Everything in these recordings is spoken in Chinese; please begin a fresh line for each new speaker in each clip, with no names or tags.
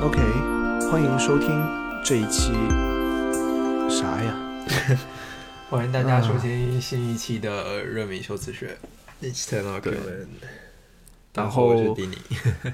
OK， 欢迎收听这一期啥呀？
欢迎大家收听新一期的热敏修辞学。External argument。然后我是迪尼。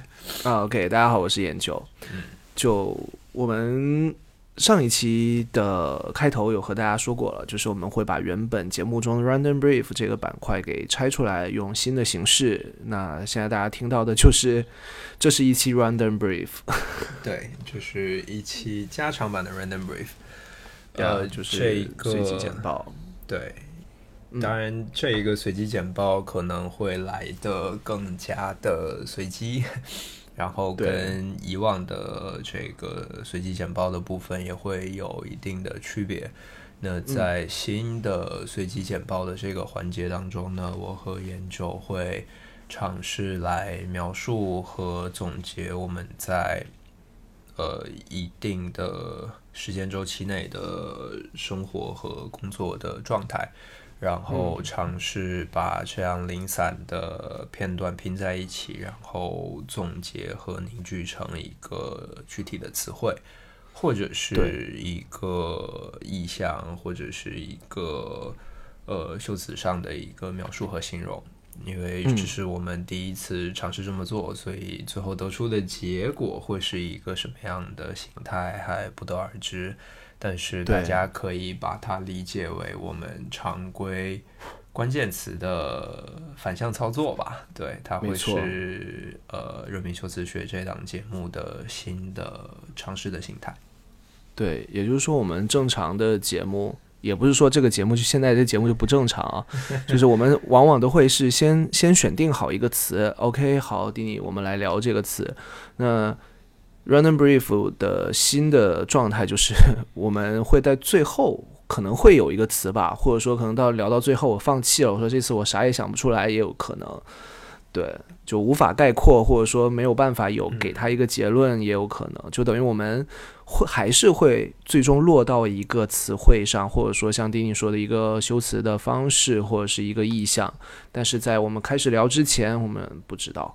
OK， 大家好，我是研究。就我们上一期的开头有和大家说过了，就是我们会把原本节目中的 Random Brief 这个板块给拆出来，用新的形式。那现在大家听到的就是这是一期 Random Brief。
对，就是一期加长版的 Random Brief。
就是随机简报。
对，当然这一个随机简报可能会来得更加的随机。然后跟以往的这个随机简报的部分也会有一定的区别。那在新的随机简报的这个环节当中呢，我和研究会尝试来描述和总结我们在一定的时间周期内的生活和工作的状态。然后尝试把这样零散的片段拼在一起，然后总结和凝聚成一个具体的词汇，或者是一个意象，或者是一个修辞上的一个描述和形容。因为这是我们第一次尝试这么做，所以最后得出的结果会是一个什么样的形态还不得而知。但是大家可以把它理解为我们常规关键词的反向操作吧。对，它会是热敏修辞学这档节目的新的尝试的形态。
对，也就是说我们正常的节目，也不是说这个节目就现在这节目就不正常啊，就是我们往往都会是先选定好一个词 ，OK， 好，迪尼，我们来聊这个词。那Random Brief 的新的状态就是我们会在最后可能会有一个词吧，或者说可能聊到最后我放弃了，我说这次我啥也想不出来也有可能。对，就无法概括，或者说没有办法给他一个结论也有可能，就等于我们还是会最终落到一个词汇上，或者说像丁丁说的一个修辞的方式，或者是一个意象，但是在我们开始聊之前我们不知道。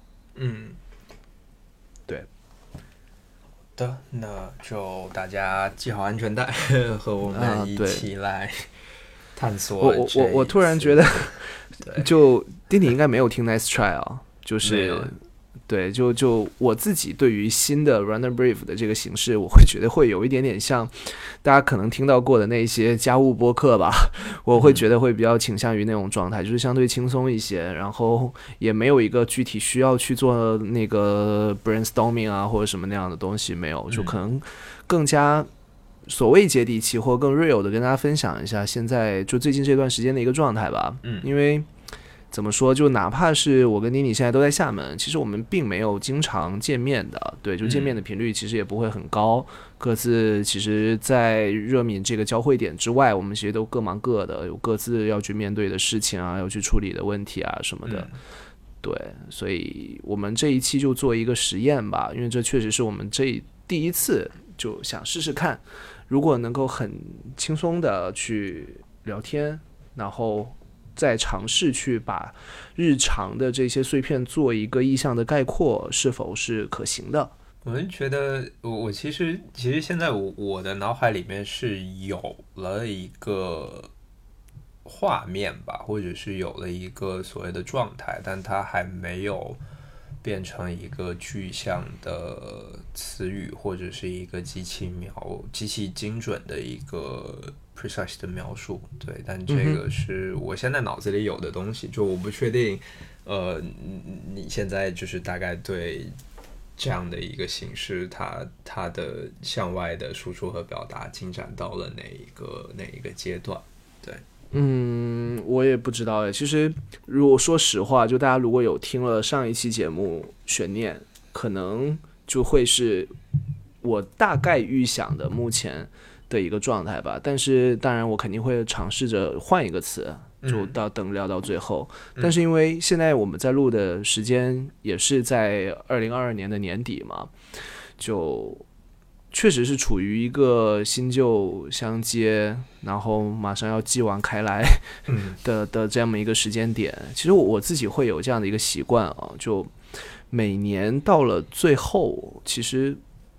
对
的，那就大家系好安全带，和我们一起来探索
我突然觉得就丁丁应该没有听 Nice Try 啊，就是对，就我自己对于新的 Random Brief 的这个形式，我会觉得会有一点点像大家可能听到过的那些家务播客吧，我会觉得会比较倾向于那种状态，就是相对轻松一些，然后也没有一个具体需要去做那个 brainstorming 啊或者什么那样的东西，没有，就可能更加所谓接地气或更 real 的跟大家分享一下现在就最近这段时间的一个状态吧。因为怎么说，就哪怕是我跟妮妮现在都在厦门，其实我们并没有经常见面的，对，就见面的频率其实也不会很高，各自其实在热敏这个交汇点之外，我们其实都各忙各的，有各自要去面对的事情啊，要去处理的问题啊什么的。对，所以我们这一期就做一个实验吧，因为这确实是我们第一次就想试试看，如果能够很轻松的去聊天，然后再尝试去把日常的这些碎片做一个意象的概括，是否是可行的？
我们觉得我其实现在我的脑海里面是有了一个画面吧，或者是有了一个所谓的状态，但它还没有变成一个具象的词语，或者是一个极其精准的一个 precise 的描述。对，但这个是我现在脑子里有的东西，就我不确定你现在就是大概对这样的一个形式它的向外的输出和表达进展到了哪一个阶段。对，
我也不知道。其实如果说实话，就大家如果有听了上一期节目悬念，可能就会是我大概预想的目前的一个状态吧，但是当然我肯定会尝试着换一个词，就等聊到最后。但是因为现在我们在录的时间也是在2022年的年底嘛，就确实是处于一个新旧相接，然后马上要继往开来的这么一个时间点。其实我自己会有这样的一个习惯啊，就每年到了最后，其实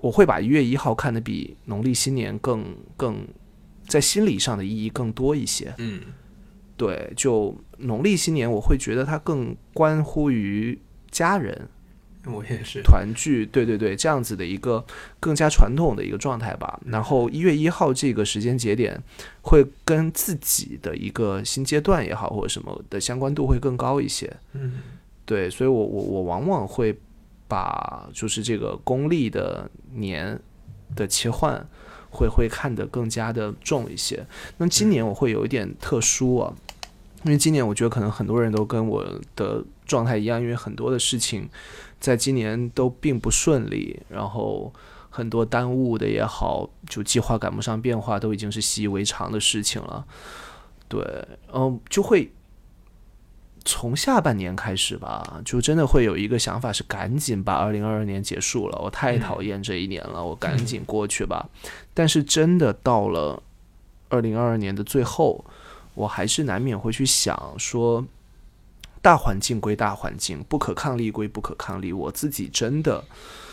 我会把1月1号看得比农历新年更在心理上的意义更多一些。对，就农历新年我会觉得它更关乎于家人，
我也是
团聚，对对对，这样子的一个更加传统的一个状态吧。然后1月1号这个时间节点会跟自己的一个新阶段也好或者什么的相关度会更高一些。对，所以我往往会把就是这个公历的年的切换会看得更加的重一些。那今年我会有一点特殊啊，因为今年我觉得可能很多人都跟我的状态一样，因为很多的事情在今年都并不顺利，然后很多耽误的也好，就计划赶不上变化，都已经是习以为常的事情了。对，就会从下半年开始吧，就真的会有一个想法是赶紧把2022年结束了，我太讨厌这一年了，我赶紧过去吧。但是真的到了2022年的最后，我还是难免会去想说，大环境归大环境，不可抗力归不可抗力，我自己真的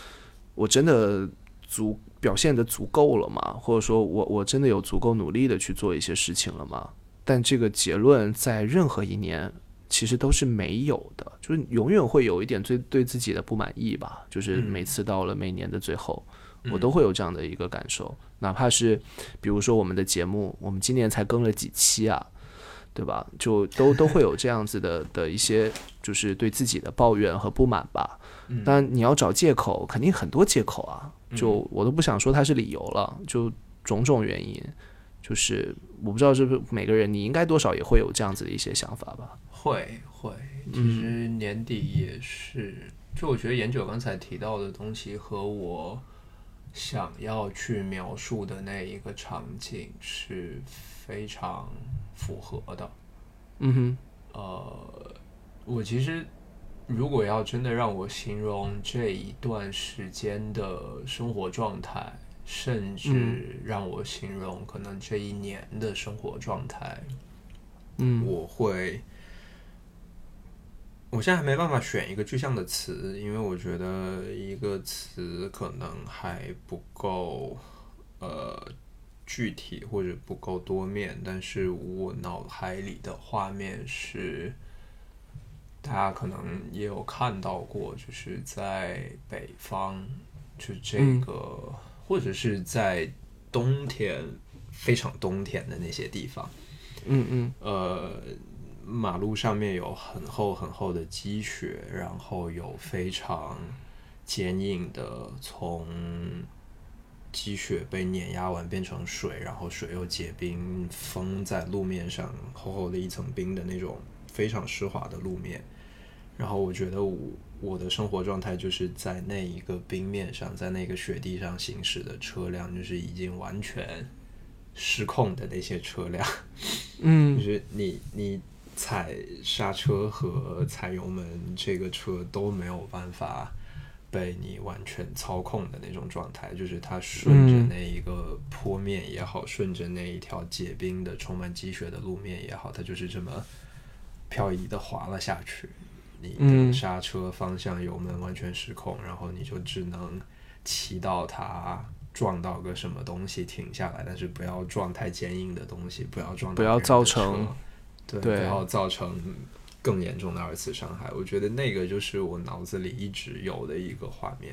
表现得足够了吗？或者说我真的有足够努力的去做一些事情了吗？但这个结论在任何一年其实都是没有的，就是永远会有一点对自己的不满意吧，就是每次到了每年的最后，我都会有这样的一个感受。哪怕是比如说我们的节目，我们今年才更了几期啊，对吧？就都会有这样子的一些就是对自己的抱怨和不满吧。当然你要找借口，肯定很多借口啊，就我都不想说它是理由了，就种种原因。就是我不知道是不是每个人，你应该多少也会有这样子的一些想法吧？
会，其实年底也是，就我觉得研九刚才提到的东西和我想要去描述的那一个场景是非常符合的。我其实如果要真的让我形容这一段时间的生活状态，甚至让我形容可能这一年的生活状态，我现在还没办法选一个具象的词，因为我觉得一个词可能还不够具体或者不够多面，但是我脑海里的画面是大家可能也有看到过，就是在北方，就这个或者是在冬天非常冬天的那些地方，马路上面有很厚很厚的积雪，然后有非常坚硬的从积雪被碾压完变成水，然后水又结冰封在路面上厚厚的一层冰的那种非常湿滑的路面。然后我觉得我的生活状态就是在那一个冰面上，在那个雪地上行驶的车辆，就是已经完全失控的那些车辆，就是你踩刹车和踩油门，这个车都没有办法被你完全操控的那种状态，就是它顺着那一个坡面也好，顺着那一条结冰的充满积雪的路面也好，它就是这么漂移的滑了下去。你的刹车、方向、油门完全失控，然后你就只能骑到它撞到个什么东西停下来，但是不要撞太坚硬的东西，不要撞到
不要造成
对，不要造成更严重的二次伤害。我觉得那个就是我脑子里一直有的一个画面。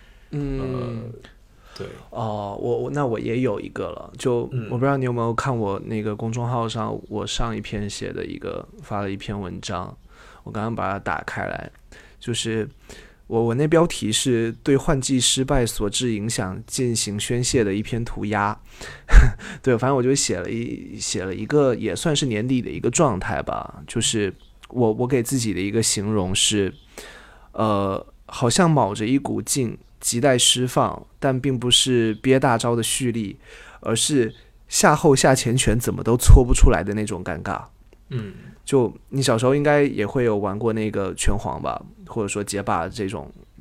对
那我也有一个了，就我不知道你有没有看我那个公众号上我上一篇写的发了一篇文章，我刚刚把它打开来，就是我那标题是对换季失败所致影响进行宣泄的一篇涂鸦。对，反正我就写了一个也算是年底的一个状态吧，就是我给自己的一个形容是好像卯着一股劲亟待释放，但并不是憋大招的蓄力，而是下后下前拳怎么都搓不出来的那种尴尬。就你小时候应该也会有玩过那个拳皇吧，或者说街霸这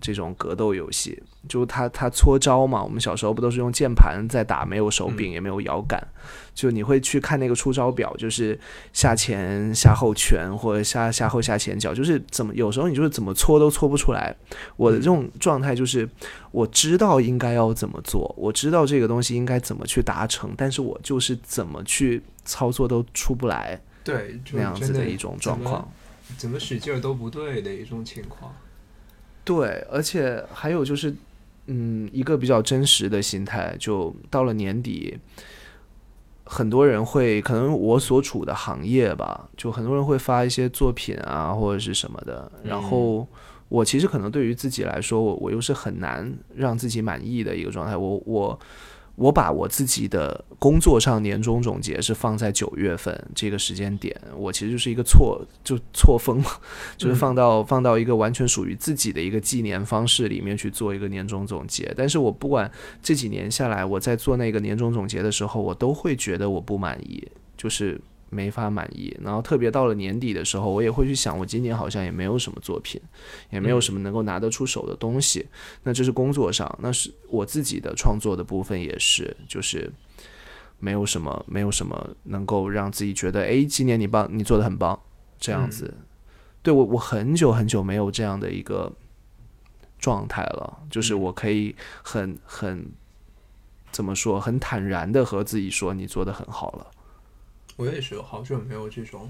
这种格斗游戏，就他搓招嘛，我们小时候不都是用键盘在打，没有手柄也没有摇杆，就你会去看那个出招表，就是下前下后拳或者下后下前脚，就是有时候你就是怎么搓都搓不出来。我的这种状态就是我知道应该要怎么做，我知道这个东西应该怎么去达成，但是我就是怎么去操作都出不来，
对，
那样子的一种状况，
怎么使劲都不对的一种情况。
对，而且还有就是一个比较真实的心态，就到了年底，很多人会，可能我所处的行业吧，就很多人会发一些作品啊或者是什么的，然后我其实可能对于自己来说，我又是很难让自己满意的一个状态。我把我自己的工作上年终总结是放在9月份这个时间点，我其实就是一个错峰嘛，就是放到一个完全属于自己的一个纪年方式里面去做一个年终总结。但是我不管这几年下来，我在做那个年终总结的时候，我都会觉得我不满意，就是没法满意。然后特别到了年底的时候，我也会去想，我今年好像也没有什么作品，也没有什么能够拿得出手的东西。那这是工作上，那是我自己的创作的部分也是，就是没有什么能够让自己觉得，哎，今年你做得很棒这样子。对，我很久很久没有这样的一个状态了，就是我可以很怎么说，很坦然的和自己说，你做得很好了。
我也是好久没有这种，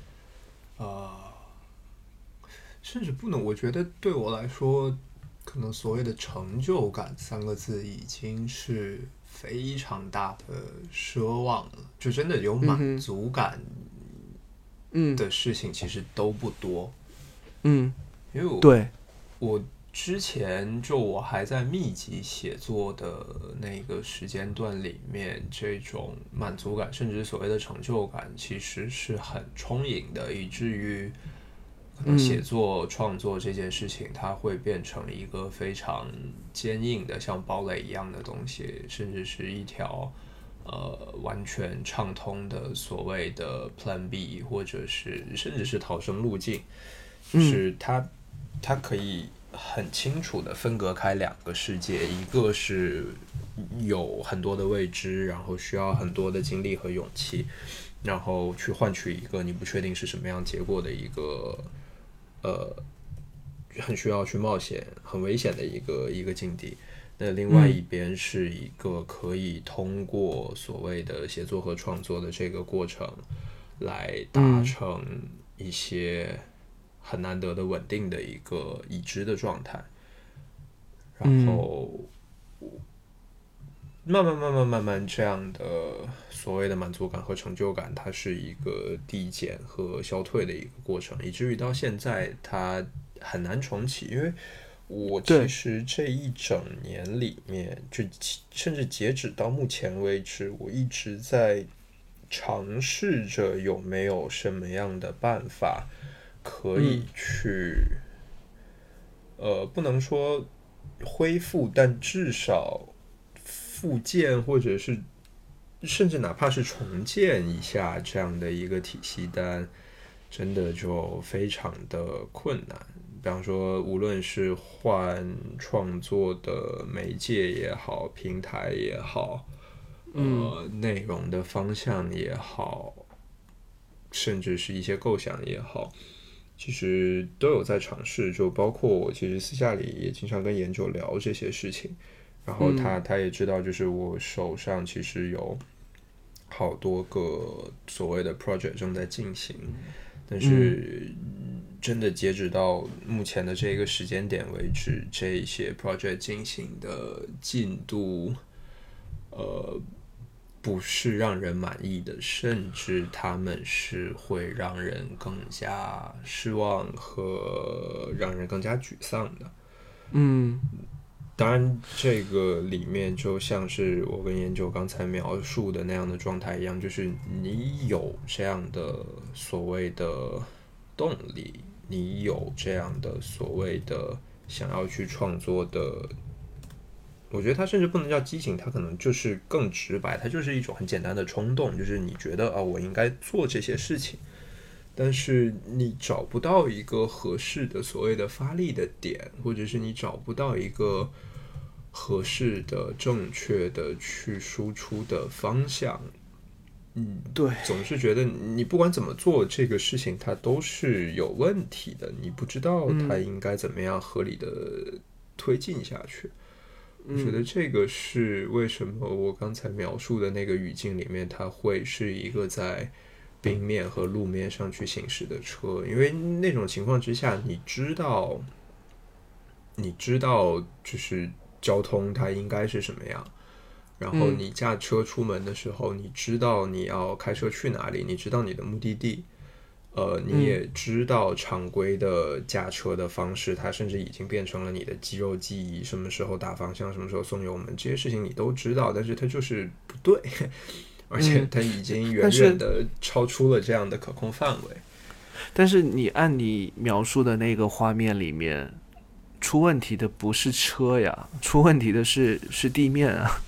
甚至不能，我觉得对我来说，可能所谓的成就感3个字已经是非常大的奢望了，就真的有满足感的事情其实都不多。因为我之前我还在密集写作的那个时间段里面，这种满足感甚至所谓的成就感其实是很充盈的，以至于可能写作创作这件事情它会变成一个非常坚硬的像堡垒一样的东西，甚至是一条完全畅通的所谓的 Plan B， 或者是甚至是逃生路径，就是它可以很清楚的分隔开2个世界，一个是有很多的未知，然后需要很多的精力和勇气，然后去换取一个你不确定是什么样结果的一个很需要去冒险很危险的一个境地。那另外一边是一个可以通过所谓的写作和创作的这个过程来达成一些很难得的稳定的一个已知的状态，然后慢慢这样的所谓的满足感和成就感，它是一个递减和消退的一个过程，以至于到现在它很难重启。因为我其实这一整年里面，就甚至截止到目前为止，我一直在尝试着有没有什么样的办法可以去不能说恢复，但至少复建或者是甚至哪怕是重建一下这样的一个体系，但真的就非常的困难。比方说无论是换创作的媒介也好，平台也好，内容的方向也好，甚至是一些构想也好，其实都有在尝试。就包括我其实私下里也经常跟研究聊这些事情，然后他也知道，就是我手上其实有好多个所谓的 project 正在进行，但是真的截止到目前的这个时间点为止，这些 project 进行的进度不是让人满意的，甚至他们是会让人更加失望和让人更加沮丧的。当然这个里面就像是我跟研究刚才描述的那样的状态一样，就是你有这样的所谓的动力，你有这样的所谓的想要去创作的，我觉得它甚至不能叫激情，它可能就是更直白，它就是一种很简单的冲动，就是你觉得我应该做这些事情， 但是你找不到一个合适的所谓的发力的点，或者是你找不到一个合适的正确的去输出的方向，
对，
总是觉得你不管怎么做这个事情它都是有问题的，你不知道它应该怎么样合理的推进下去。我觉得这个是为什么我刚才描述的那个语境里面它会是一个在冰面和路面上去行驶的车，因为那种情况之下你知道就是交通它应该是什么样，然后你驾车出门的时候你知道你要开车去哪里，你知道你的目的地，你也知道常规的驾车的方式，它甚至已经变成了你的肌肉记忆，什么时候打方向，什么时候松油门，这些事情你都知道，但是它就是不对，而且它已经远远的超出了这样的可控范围。
但是你按你描述的那个画面里面，出问题的不是车呀，出问题的是地面啊。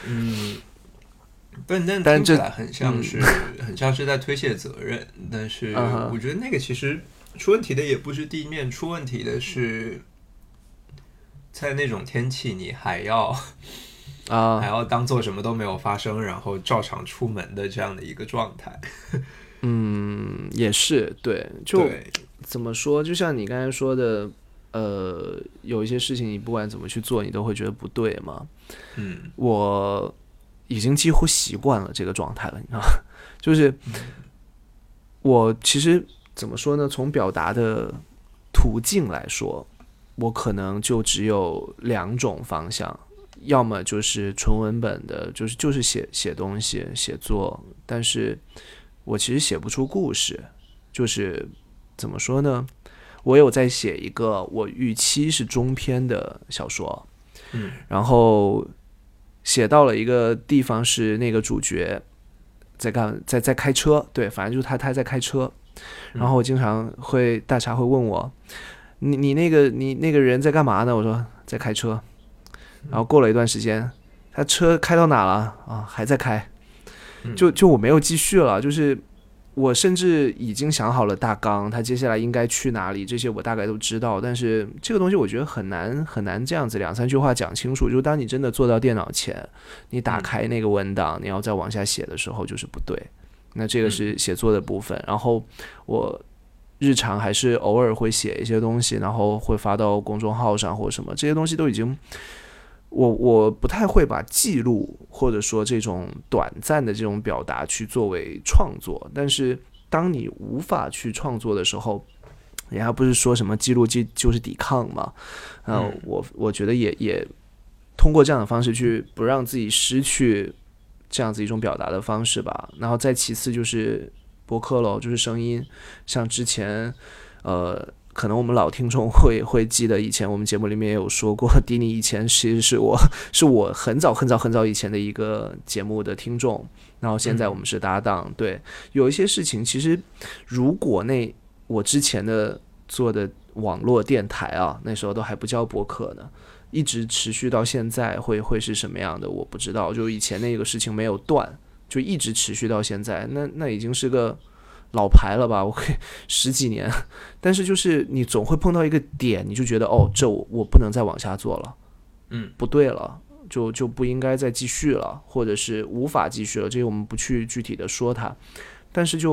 但听起来很像是在推卸责任，但是我觉得那个其实出问题的也不是地面，出问题的是在那种天气你还要当做什么都没有发生，然后照常出门的这样的一个状态。
也是对，就怎么说，就像你刚才说的，有一些事情你不管怎么去做，你都会觉得不对嘛。我已经几乎习惯了这个状态了，你知道吗？就是我其实怎么说呢？从表达的途径来说，我可能就只有2种方向，要么就是纯文本的，就是写东西、写作，但是我其实写不出故事。就是怎么说呢？我有在写一个我预期是中篇的小说，然后写到了一个地方，是那个主角在开车，对，反正就是他在开车，然后我经常大茶会问我，你那个人在干嘛呢？我说在开车，然后过了一段时间，他车开到哪了啊？还在开，就我没有继续了，就是我甚至已经想好了大纲，他接下来应该去哪里，这些我大概都知道，但是这个东西我觉得很难这样子2-3句话讲清楚。就当你真的坐到电脑前，你打开那个文档，你要再往下写的时候，就是不对。那这个是写作的部分，然后我日常还是偶尔会写一些东西，然后会发到公众号上或什么，这些东西都已经。我不太会把记录或者说这种短暂的这种表达去作为创作，但是当你无法去创作的时候，人家不是说什么记录就是抵抗嘛？我觉得也通过这样的方式去不让自己失去这样子一种表达的方式吧。然后再其次就是播客咯，就是声音，像之前可能我们老听众会记得，以前我们节目里面也有说过，迪尼以前其实是我很早以前的一个节目的听众，然后现在我们是搭档。对，有一些事情其实如果我之前的做的网络电台啊，那时候都还不叫播客呢，一直持续到现在会是什么样的我不知道，就以前那个事情没有断，就一直持续到现在，那已经是个老牌了吧，我可以10几年，但是就是你总会碰到一个点，你就觉得这我不能再往下做了，不对了，就不应该再继续了，或者是无法继续了，这个我们不去具体的说它，但是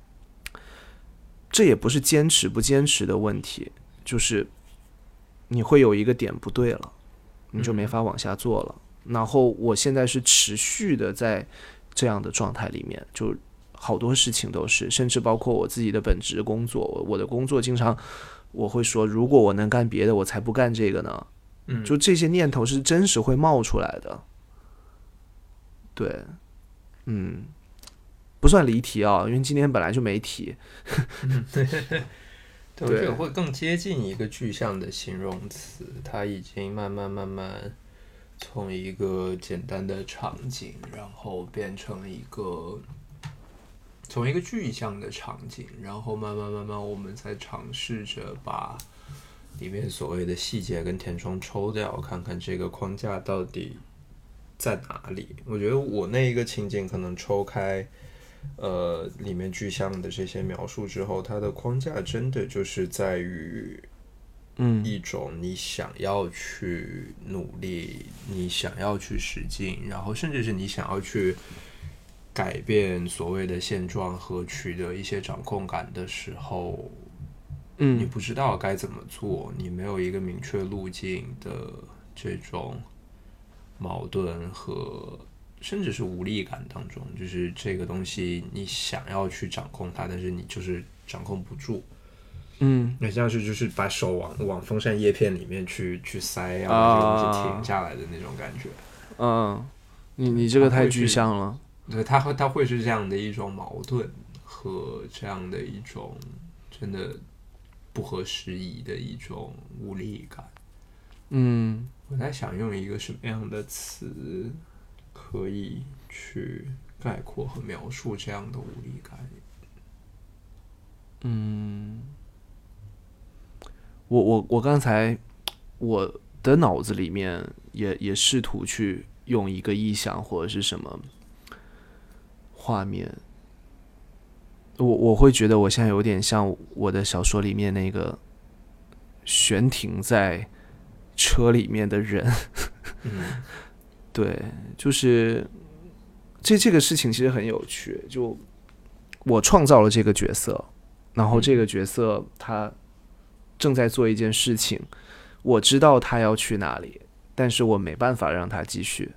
这也不是坚持不坚持的问题，就是你会有一个点不对了，你就没法往下做了。然后我现在是持续的在这样的状态里面，就好多事情都是，甚至包括我自己的本职工作，我的工作经常我会说，如果我能干别的，我才不干这个呢。就这些念头是真实会冒出来的。对，不算离题啊，因为今天本来就没题。
对，这个会更接近一个具象的形容词，它已经慢慢从一个简单的场景，然后变成从一个具象的场景，然后慢慢我们才尝试着把里面所谓的细节跟填充抽掉，看看这个框架到底在哪里。我觉得我那一个情景可能抽开里面具象的这些描述之后，它的框架真的就是在于一种你想要去努力，你想要去使劲，然后甚至是你想要去改变所谓的现状和取得一些掌控感的时候，你不知道该怎么做，你没有一个明确路径的这种矛盾和甚至是无力感当中，就是这个东西你想要去掌控它，但是你就是掌控不住。那像是就是把手往风扇叶片里面去塞，要把这个东西停下来的那种感觉。
你这个太具象了。
对，它会是这样的一种矛盾和这样的一种真的不合时宜的一种无力感。我在想用一个什么样的词可以去概括和描述这样的无力感。
我刚才我的脑子里面也试图去用一个意象或者是什么画面，我会觉得我现在有点像我的小说里面那个悬停在车里面的人。对，就是这个事情其实很有趣，就我创造了这个角色，然后这个角色他正在做一件事情，我知道他要去哪里，但是我没办法让他继续。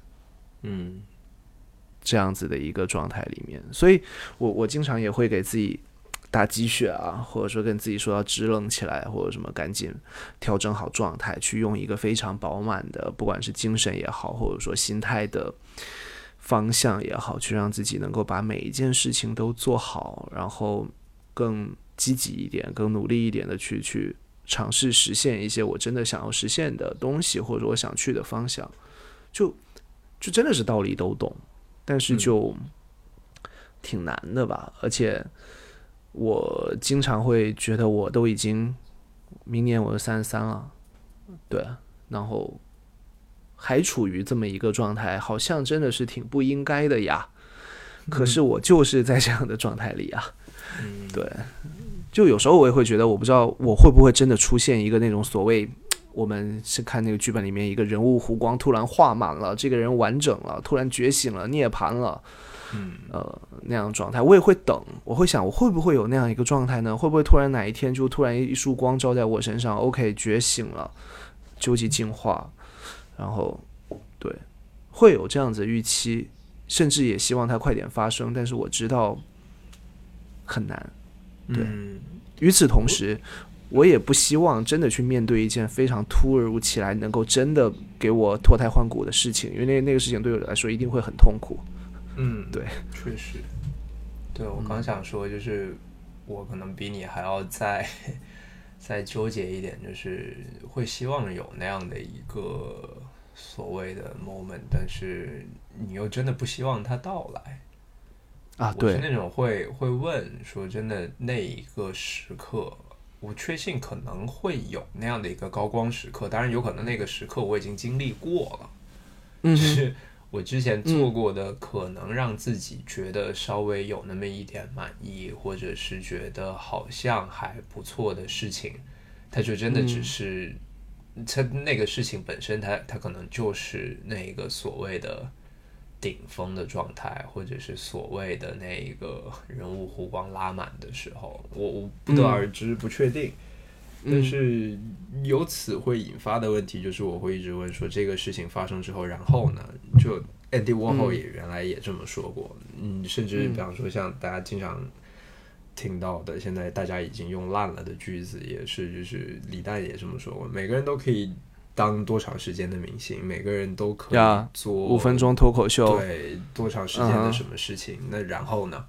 这样子的一个状态里面，所以我经常也会给自己打鸡血啊，或者说跟自己说要支棱起来，或者什么赶紧调整好状态，去用一个非常饱满的，不管是精神也好，或者说心态的方向也好，去让自己能够把每一件事情都做好，然后更积极一点，更努力一点的去尝试实现一些我真的想要实现的东西，或者我想去的方向，就真的是道理都懂，但是就挺难的吧。而且我经常会觉得我都已经明年我就33了，对，然后还处于这么一个状态，好像真的是挺不应该的呀。可是我就是在这样的状态里啊。对，就有时候我也会觉得，我不知道我会不会真的出现一个那种所谓我们是看那个剧本里面一个人物弧光突然画满了，这个人完整了，突然觉醒了，涅槃了，那样的状态，我也会等，我会想我会不会有那样一个状态呢？会不会突然哪一天就突然一束光照在我身上 ，OK 觉醒了，究极进化，然后对，会有这样子的预期，甚至也希望它快点发生，但是我知道很难。对，与此同时，我也不希望真的去面对一件非常突如其来能够真的给我脱胎换骨的事情，因为那个事情对我来说一定会很痛苦。对，
确实。对，我刚想说，就是我可能比你还要再纠结一点，就是会希望有那样的一个所谓的 moment， 但是你又真的不希望它到来。对，我是那种会问说，真的那一个时刻，我确信可能会有那样的一个高光时刻，当然有可能那个时刻我已经经历过了，就是我之前做过的，可能让自己觉得稍微有那么一点满意，或者是觉得好像还不错的事情，它就真的只是，它那个事情本身它可能就是那个所谓的顶峰的状态，或者是所谓的那个人物弧光拉满的时候，我不得而知，不确定。但是由此会引发的问题就是，我会一直问说，这个事情发生之后，然后呢？就 Andy Warhol 也原来也这么说过，甚至比方说像大家经常听到的，现在大家已经用烂了的句子，也是就是李诞也这么说过，每个人都可以当多长时间的明星，每个人都可以做
5分钟脱口秀，
对，多长时间的什么事情，那然后呢？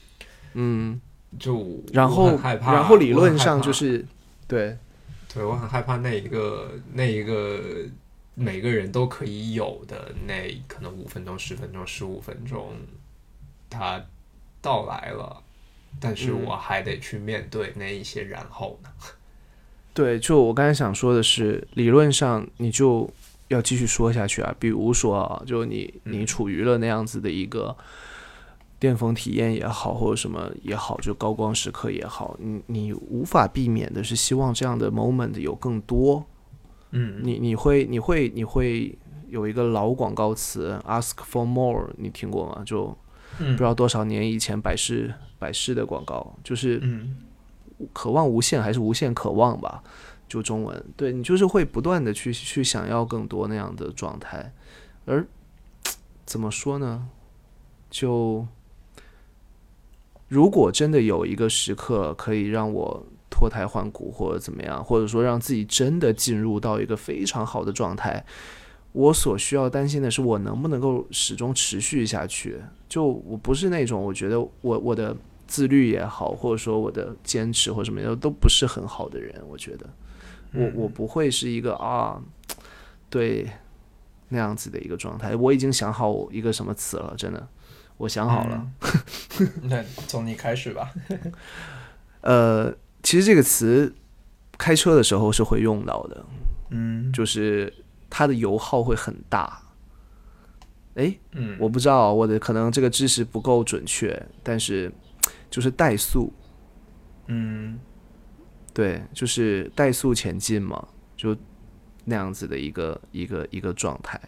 就
然后理论上就是对，
我很害怕那一个每个人都可以有的那可能5分钟、10分钟、15分钟，它到来了，但是我还得去面对那一些然后呢？
对，就我刚才想说的是，理论上你就要继续说下去啊。比如说啊，就你处于了那样子的一个巅峰体验也好，或者什么也好，就高光时刻也好，你无法避免的是希望这样的 moment 有更多。你会有一个老广告词 ask for more， 你听过吗？就不知道多少年以前百事的广告，就是渴望无限还是无限渴望吧，就中文。对，你就是会不断的去想要更多那样的状态。而怎么说呢，就如果真的有一个时刻可以让我脱胎换骨或者怎么样，或者说让自己真的进入到一个非常好的状态，我所需要担心的是我能不能够始终持续下去。就我不是那种我觉得我的自律也好，或者说我的坚持或什么的都不是很好的人。我觉得我不会是一个对那样子的一个状态。我已经想好一个什么词了，真的我想好了。
那从你开始吧。
其实这个词开车的时候是会用到的，就是它的油耗会很大。我不知道，我的可能这个知识不够准确，但是就是怠速，对，就是怠速前进嘛，就那样子的一个状态。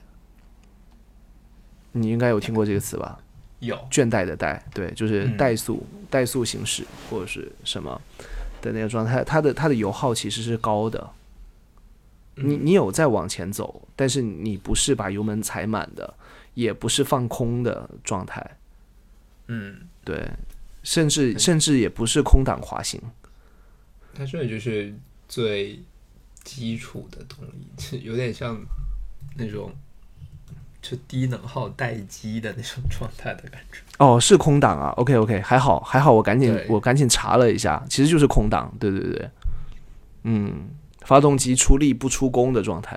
你应该有听过这个词吧？
有，
倦怠的怠，对，就是怠速行驶或者是什么的那个状态，它的油耗其实是高的。你有在往前走，但是你不是把油门踩满的，也不是放空的状态。对，甚至也不是空档滑行。
它这就是最基础的动力，有点像那种就低能耗待机的那种状态的感觉。
是空档啊。OK， 还好，我赶紧查了一下，其实就是空档。对，发动机出力不出功的状态。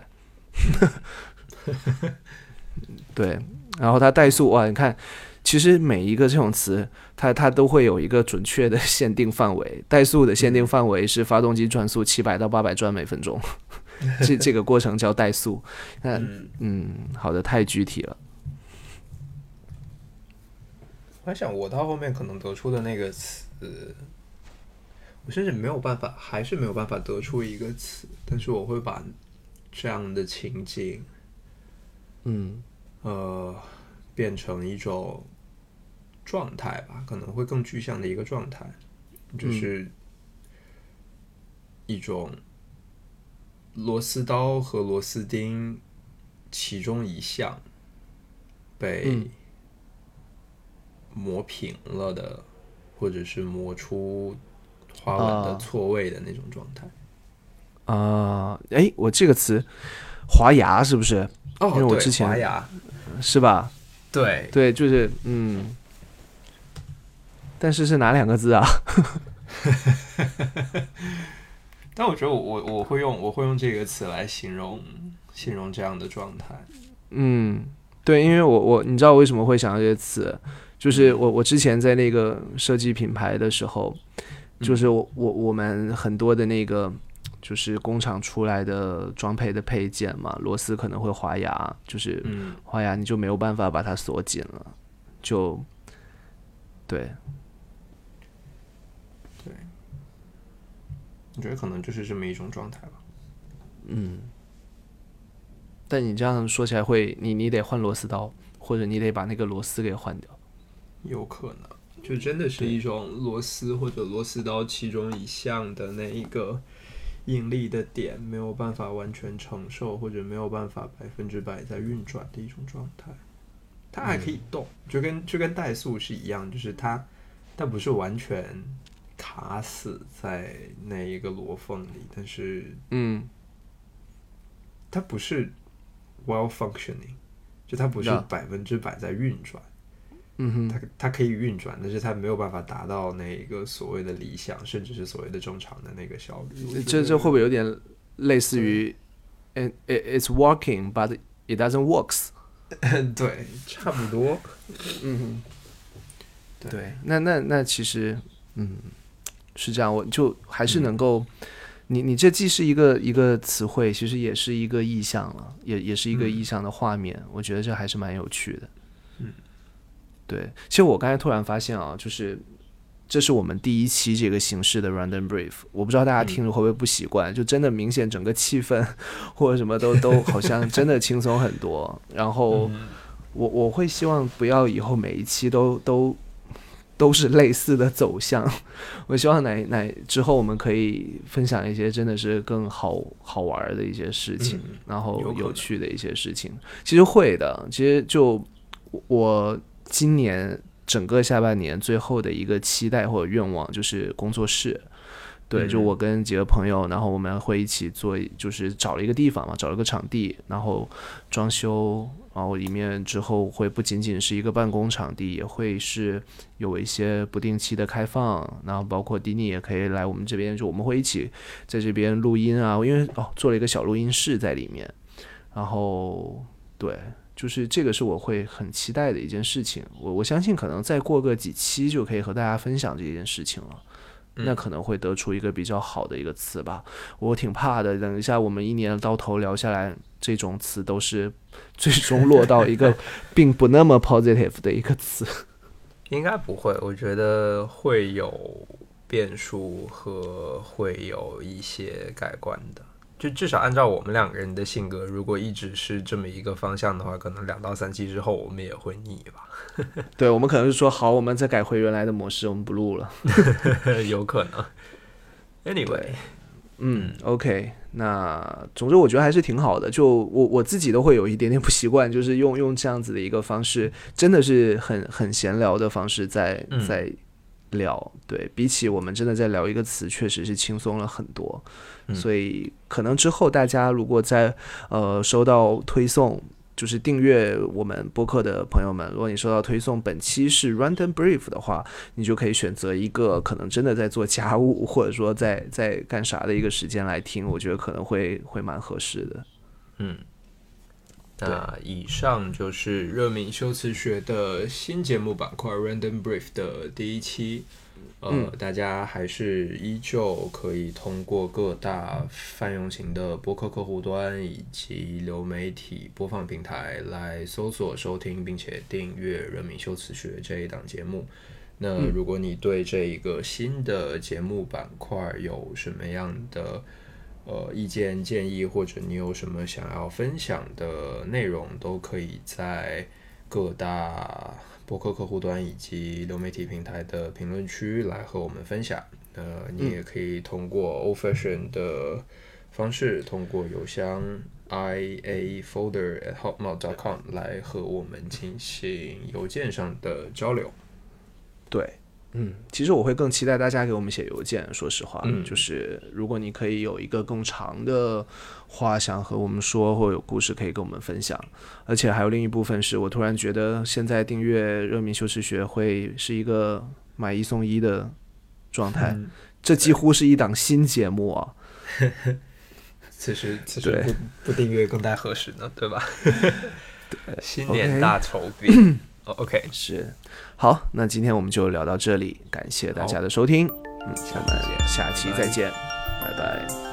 对，然后它怠速，你看，其实每一个这种词，它都会有一个准确的限定范围。怠速的限定范围是发动机转速700到800转每分钟。这个过程叫怠速。好的，太具体了。
我在想，我到后面可能得出的那个词，我甚至还是没有办法得出一个词，但是我会把这样的情景，变成一种状态吧，可能会更具象的一个状态，就是一种螺丝刀和螺丝钉其中一项被磨平了的，或者是磨出花纹的错位的那种状态。
我这个词滑牙是不是？因为我之前
滑牙
是吧？
对，
就是但是是哪两个字啊？
但我觉得我会用这个词来形容这样的状态。
对，因为我你知道我为什么会想到这个词，就是我之前在那个设计品牌的时候，就是我们很多的那个就是工厂出来的装配的配件嘛，螺丝可能会滑牙，就是滑牙你就没有办法把它锁紧了，就对，
我觉得可能就是这么一种状态吧。
但你这样说起来会，你得换螺丝刀，或者你得把那个螺丝给换掉。
有可能，就真的是一种螺丝或者螺丝刀其中一项的那一个应力的点没有办法完全承受，或者没有办法100%在运转的一种状态。它还可以动，就跟怠速是一样，就是它不是完全卡死在那一个螺缝里，但是它不是 well functioning， 就它不是100%在运转。它可以运转，但是它没有办法达到那个所谓的理想，甚至是所谓的正常的那个效率。
这会不会有点类似于 it's working but it doesn't works？
对，差不多。
对，那其实是这样，我就还是能够，你这既是一个词汇，其实也是一个意象了，也是一个意象的画面，我觉得这还是蛮有趣的。 对，其实我刚才突然发现啊，就是这是我们第1期这个形式的 Random Brief， 我不知道大家听着会不会不习惯，就真的明显整个气氛或者什么都好像真的轻松很多。然后我会希望不要以后每一期都是类似的走向，我希望之后我们可以分享一些真的是更好玩的一些事情，然后有趣的一些事情。其实会的，其实就我今年整个下半年最后的一个期待或者愿望就是工作室。对，就我跟几个朋友，然后我们会一起做，就是找了一个地方嘛，找了个场地，然后装修，然后里面之后会不仅仅是一个办公场地，也会是有一些不定期的开放，然后包括迪尼也可以来我们这边，就我们会一起在这边录音啊，因为做了一个小录音室在里面，然后对，就是这个是我会很期待的一件事情，我相信可能再过个几期就可以和大家分享这件事情了。那可能会得出一个比较好的一个词吧，我挺怕的，等一下我们1年到头聊下来，这种词都是最终落到一个并不那么 positive 的一个词。
应该不会，我觉得会有变数和会有一些改观的，就至少按照我们2个人的性格，如果一直是这么一个方向的话，可能2到3期之后我们也会腻吧。
对，我们可能是说好，我们再改回原来的模式，我们不录了。
有可能。Anyway，
OK， 那总之我觉得还是挺好的。就我自己都会有一点点不习惯，就是用这样子的一个方式，真的是很闲聊的方式在聊。对，比起我们真的在聊一个词，确实是轻松了很多。所以可能之后大家如果在收到推送，就是订阅我们播客的朋友们，如果你收到推送本期是 Random Brief 的话，你就可以选择一个可能真的在做家务或者说在干啥的一个时间来听，我觉得可能会蛮合适的。
那以上就是热敏修辞学的新节目板块 Random Brief 的第1期。大家还是依旧可以通过各大泛用型的播客客户端以及流媒体播放平台来搜索收听并且订阅热敏修辞学这一档节目。那如果你对这一个新的节目板块有什么样的意见建议，或者你有什么想要分享的内容，都可以在各大播客客户端以及流媒体平台的评论区来和我们分享。你也可以通过 old fashion 的方式，通过邮箱 iafolder@hotmail.com 来和我们进行邮件上的交流。
对，其实我会更期待大家给我们写邮件，说实话，就是如果你可以有一个更长的话想和我们说，或有故事可以跟我们分享。而且还有另一部分是我突然觉得现在订阅热敏修辞学会是一个买1送1的状态，这几乎是一档新节目啊。
此时不订阅更待何时呢？对吧？新年大酬宾。OK，
是，好，那今天我们就聊到这里，感谢大家的收听，我们下期再见，拜拜。